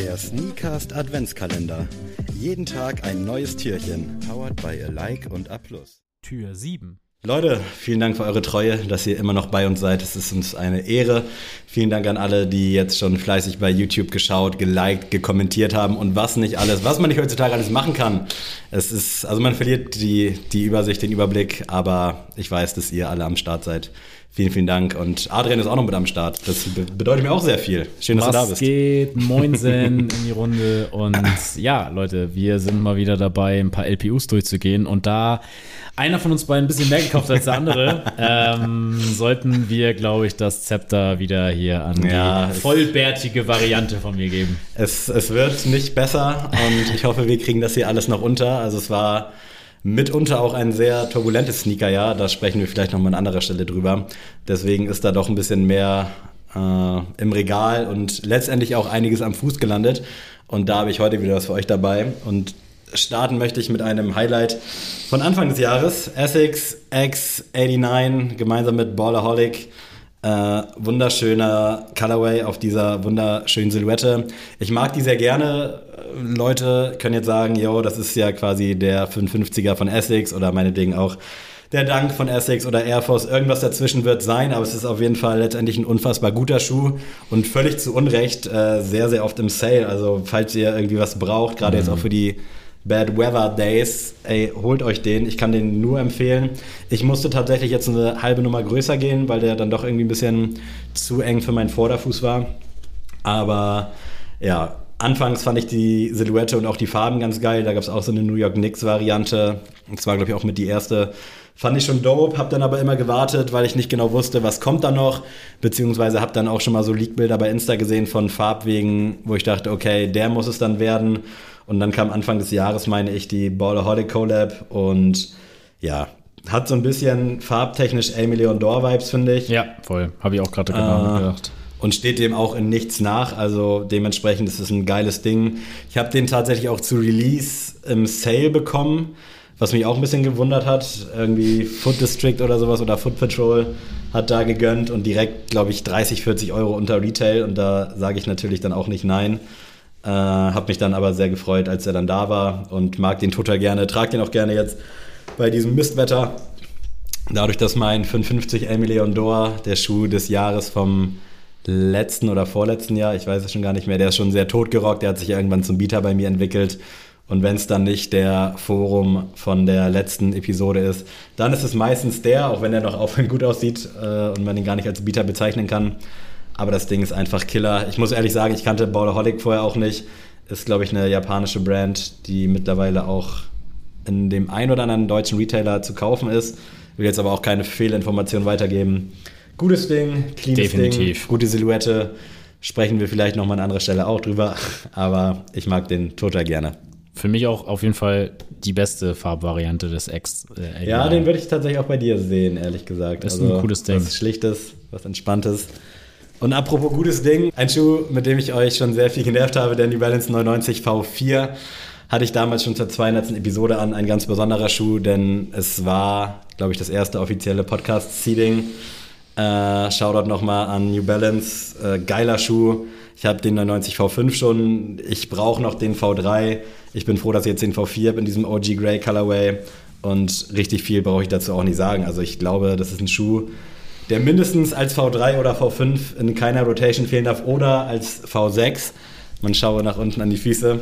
Der Sneakcast Adventskalender. Jeden Tag ein neues Türchen. Powered by Alike und A+. Tür 7. Leute, vielen Dank für eure Treue, dass ihr immer noch bei uns seid. Es ist uns eine Ehre. Vielen Dank an alle, die jetzt schon fleißig bei YouTube geschaut, geliked, gekommentiert haben und was nicht alles, was man nicht heutzutage alles machen kann. Also man verliert die Übersicht, den Überblick, aber ich weiß, dass ihr alle am Start seid. Vielen, vielen Dank. Und Adrian ist auch noch mit am Start. Das bedeutet mir auch sehr viel. Schön, dass du da bist. Was geht? Moinsen in die Runde. Und ja, Leute, wir sind mal wieder dabei, ein paar LPUs durchzugehen. Und da einer von uns beiden ein bisschen mehr gekauft als der andere, sollten wir, glaube ich, das Zepter wieder hier an die vollbärtige Variante von mir geben. Es wird nicht besser und ich hoffe, wir kriegen das hier alles noch unter. Also es war mitunter auch ein sehr turbulentes Sneakerjahr, da sprechen wir vielleicht nochmal an anderer Stelle drüber. Deswegen ist da doch ein bisschen mehr im Regal und letztendlich auch einiges am Fuß gelandet. Und da habe ich heute wieder was für euch dabei. Und starten möchte ich mit einem Highlight von Anfang des Jahres. Essex X89 gemeinsam mit Ballerholic. Wunderschöner Colorway auf dieser wunderschönen Silhouette. Ich mag die sehr gerne. Leute können jetzt sagen, yo, das ist ja quasi der 550er von Essex oder meinetwegen auch der Dunk von Essex oder Air Force. Irgendwas dazwischen wird sein, aber es ist auf jeden Fall letztendlich ein unfassbar guter Schuh und völlig zu Unrecht sehr, sehr oft im Sale. Also falls ihr irgendwie was braucht, gerade jetzt auch für die Bad Weather Days, ey, holt euch den. Ich kann den nur empfehlen. Ich musste tatsächlich jetzt eine halbe Nummer größer gehen, weil der dann doch irgendwie ein bisschen zu eng für meinen Vorderfuß war. Aber ja, anfangs fand ich die Silhouette und auch die Farben ganz geil. Da gab es auch so eine New York Knicks Variante. Das war, glaube ich, auch mit die erste. Fand ich schon dope, hab dann aber immer gewartet, weil ich nicht genau wusste, was kommt da noch. Beziehungsweise hab dann auch schon mal so Leak-Bilder bei Insta gesehen von Farbwegen, wo ich dachte, okay, der muss es dann werden. Und dann kam Anfang des Jahres, meine ich, die Ballerholic Collab und ja, hat so ein bisschen farbtechnisch A Million Door Vibes, finde ich. Ja, voll. Habe ich auch gerade genau gedacht. Und steht dem auch in nichts nach, also dementsprechend ist es ein geiles Ding. Ich habe den tatsächlich auch zu Release im Sale bekommen, was mich auch ein bisschen gewundert hat. Irgendwie Foot District oder sowas oder Foot Patrol hat da gegönnt und direkt, glaube ich, 30, 40 Euro unter Retail und da sage ich natürlich dann auch nicht nein. Hab mich dann aber sehr gefreut, als er dann da war und mag den total gerne, trage den auch gerne jetzt bei diesem Mistwetter. Dadurch, dass mein 550 A Million Door, der Schuh des Jahres vom letzten oder vorletzten Jahr, ich weiß es schon gar nicht mehr, der ist schon sehr totgerockt, der hat sich irgendwann zum Beater bei mir entwickelt und wenn es dann nicht der Forum von der letzten Episode ist, dann ist es meistens der, auch wenn der noch auffallend gut aussieht und man ihn gar nicht als Beater bezeichnen kann. Aber das Ding ist einfach Killer. Ich muss ehrlich sagen, ich kannte Ballerholic vorher auch nicht. Ist, glaube ich, eine japanische Brand, die mittlerweile auch in dem ein oder anderen deutschen Retailer zu kaufen ist. Will jetzt aber auch keine Fehlinformationen weitergeben. Gutes Ding, cleanes Definitiv. Ding, gute Silhouette. Sprechen wir vielleicht nochmal an anderer Stelle auch drüber. Aber ich mag den total gerne. Für mich auch auf jeden Fall die beste Farbvariante des X. Ja, den würde ich tatsächlich auch bei dir sehen, ehrlich gesagt. Das ist ein cooles Ding. Was Schlichtes, was Entspanntes. Und apropos gutes Ding, ein Schuh, mit dem ich euch schon sehr viel genervt habe, der New Balance 99 V4, hatte ich damals schon zur 200. Episode an, ein ganz besonderer Schuh, denn es war, glaube ich, das erste offizielle Podcast-Seeding. Shoutout nochmal an New Balance, geiler Schuh. Ich habe den 99 V5 schon, ich brauche noch den V3. Ich bin froh, dass ich jetzt den V4 habe in diesem OG Grey Colorway und richtig viel brauche ich dazu auch nicht sagen. Also ich glaube, das ist ein Schuh, der mindestens als V3 oder V5 in keiner Rotation fehlen darf oder als V6. Man schaue nach unten an die Füße.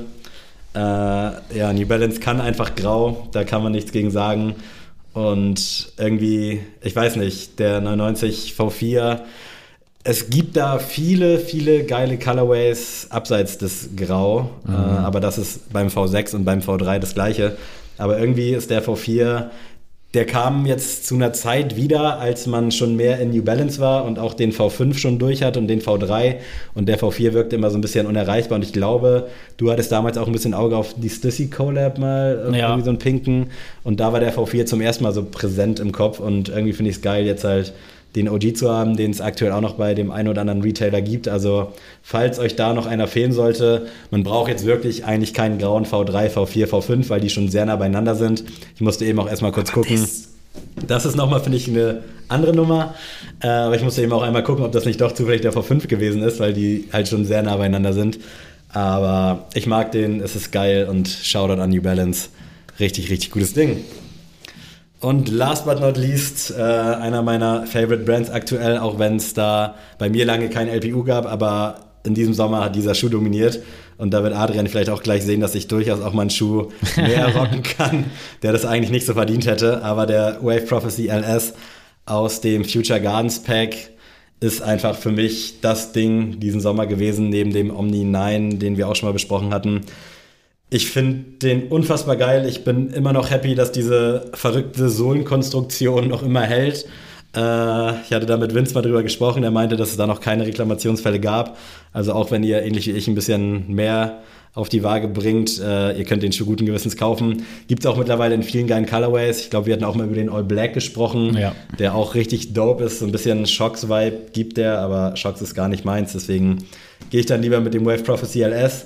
New Balance kann einfach grau, da kann man nichts gegen sagen. Und irgendwie, ich weiß nicht, der 99 V4, es gibt da viele, viele geile Colorways abseits des Grau, aber das ist beim V6 und beim V3 das Gleiche. Aber irgendwie ist der V4... Der kam jetzt zu einer Zeit wieder, als man schon mehr in New Balance war und auch den V5 schon durch hat und den V3 und der V4 wirkte immer so ein bisschen unerreichbar und ich glaube, du hattest damals auch ein bisschen Auge auf die Stussy Collab mal, irgendwie so einen pinken und da war der V4 zum ersten Mal so präsent im Kopf und irgendwie finde ich es geil, jetzt halt den OG zu haben, den es aktuell auch noch bei dem einen oder anderen Retailer gibt. Also falls euch da noch einer fehlen sollte, man braucht jetzt wirklich eigentlich keinen grauen V3, V4, V5, weil die schon sehr nah beieinander sind. Ich musste eben auch erstmal kurz gucken. Das ist nochmal, finde ich, eine andere Nummer. Aber ich musste eben auch einmal gucken, ob das nicht doch zufällig der V5 gewesen ist, weil die halt schon sehr nah beieinander sind. Aber ich mag den, es ist geil und Shoutout an New Balance. Richtig, richtig gutes Ding. Und last but not least, einer meiner Favorite Brands aktuell, auch wenn es da bei mir lange kein LPU gab, aber in diesem Sommer hat dieser Schuh dominiert. Und da wird Adrian vielleicht auch gleich sehen, dass ich durchaus auch mal einen Schuh mehr rocken kann, der das eigentlich nicht so verdient hätte. Aber der Wave Prophecy LS aus dem Future Gardens Pack ist einfach für mich das Ding diesen Sommer gewesen, neben dem Omni 9, den wir auch schon mal besprochen hatten. Ich finde den unfassbar geil. Ich bin immer noch happy, dass diese verrückte Sohlenkonstruktion noch immer hält. Ich hatte da mit Vince mal drüber gesprochen. Er meinte, dass es da noch keine Reklamationsfälle gab. Also auch wenn ihr, ähnlich wie ich, ein bisschen mehr auf die Waage bringt, ihr könnt den Schuh guten Gewissens kaufen. Gibt es auch mittlerweile in vielen geilen Colorways. Ich glaube, wir hatten auch mal über den All Black gesprochen, der auch richtig dope ist. So ein bisschen Shocks-Vibe gibt der, aber Shocks ist gar nicht meins. Deswegen gehe ich dann lieber mit dem Wave Prophecy LS.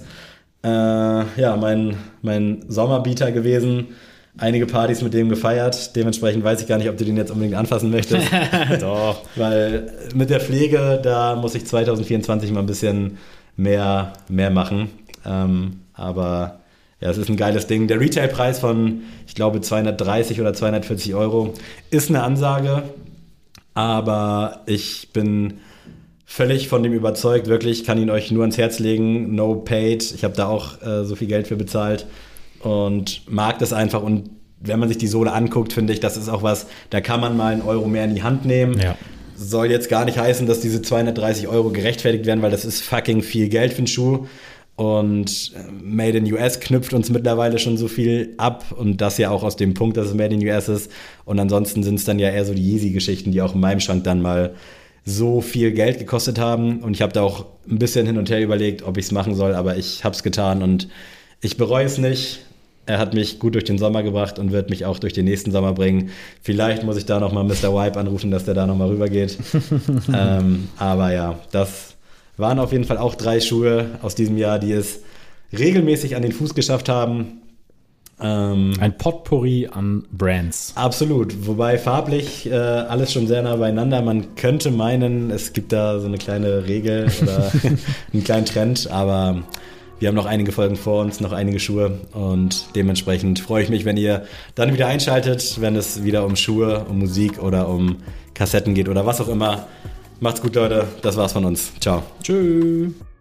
Mein Sommerbeater gewesen. Einige Partys mit dem gefeiert. Dementsprechend weiß ich gar nicht, ob du den jetzt unbedingt anfassen möchtest. Doch. Weil mit der Pflege, da muss ich 2024 mal ein bisschen mehr machen. Aber ja, es ist ein geiles Ding. Der Retailpreis von, ich glaube, 230 oder 240 Euro ist eine Ansage. Aber ich bin völlig von dem überzeugt. Wirklich, kann ihn euch nur ans Herz legen. No paid. Ich habe da auch so viel Geld für bezahlt. Und mag das einfach. Und wenn man sich die Sohle anguckt, finde ich, das ist auch was, da kann man mal einen Euro mehr in die Hand nehmen. Ja. Soll jetzt gar nicht heißen, dass diese 230 Euro gerechtfertigt werden, weil das ist fucking viel Geld für einen Schuh. Und Made in US knüpft uns mittlerweile schon so viel ab. Und das ja auch aus dem Punkt, dass es Made in US ist. Und ansonsten sind es dann ja eher so die Yeezy-Geschichten, die auch in meinem Schrank dann mal so viel Geld gekostet haben. Und ich habe da auch ein bisschen hin und her überlegt, ob ich es machen soll. Aber ich habe es getan und ich bereue es nicht. Er hat mich gut durch den Sommer gebracht und wird mich auch durch den nächsten Sommer bringen. Vielleicht muss ich da nochmal Mr. Wipe anrufen, dass der da nochmal rübergeht. Aber ja, das waren auf jeden Fall auch 3 Schuhe aus diesem Jahr, die es regelmäßig an den Fuß geschafft haben. Ein Potpourri an Brands. Absolut, wobei farblich alles schon sehr nah beieinander. Man könnte meinen, es gibt da so eine kleine Regel oder einen kleinen Trend, aber wir haben noch einige Folgen vor uns, noch einige Schuhe und dementsprechend freue ich mich, wenn ihr dann wieder einschaltet, wenn es wieder um Schuhe, um Musik oder um Kassetten geht oder was auch immer. Macht's gut, Leute. Das war's von uns. Ciao. Tschüss.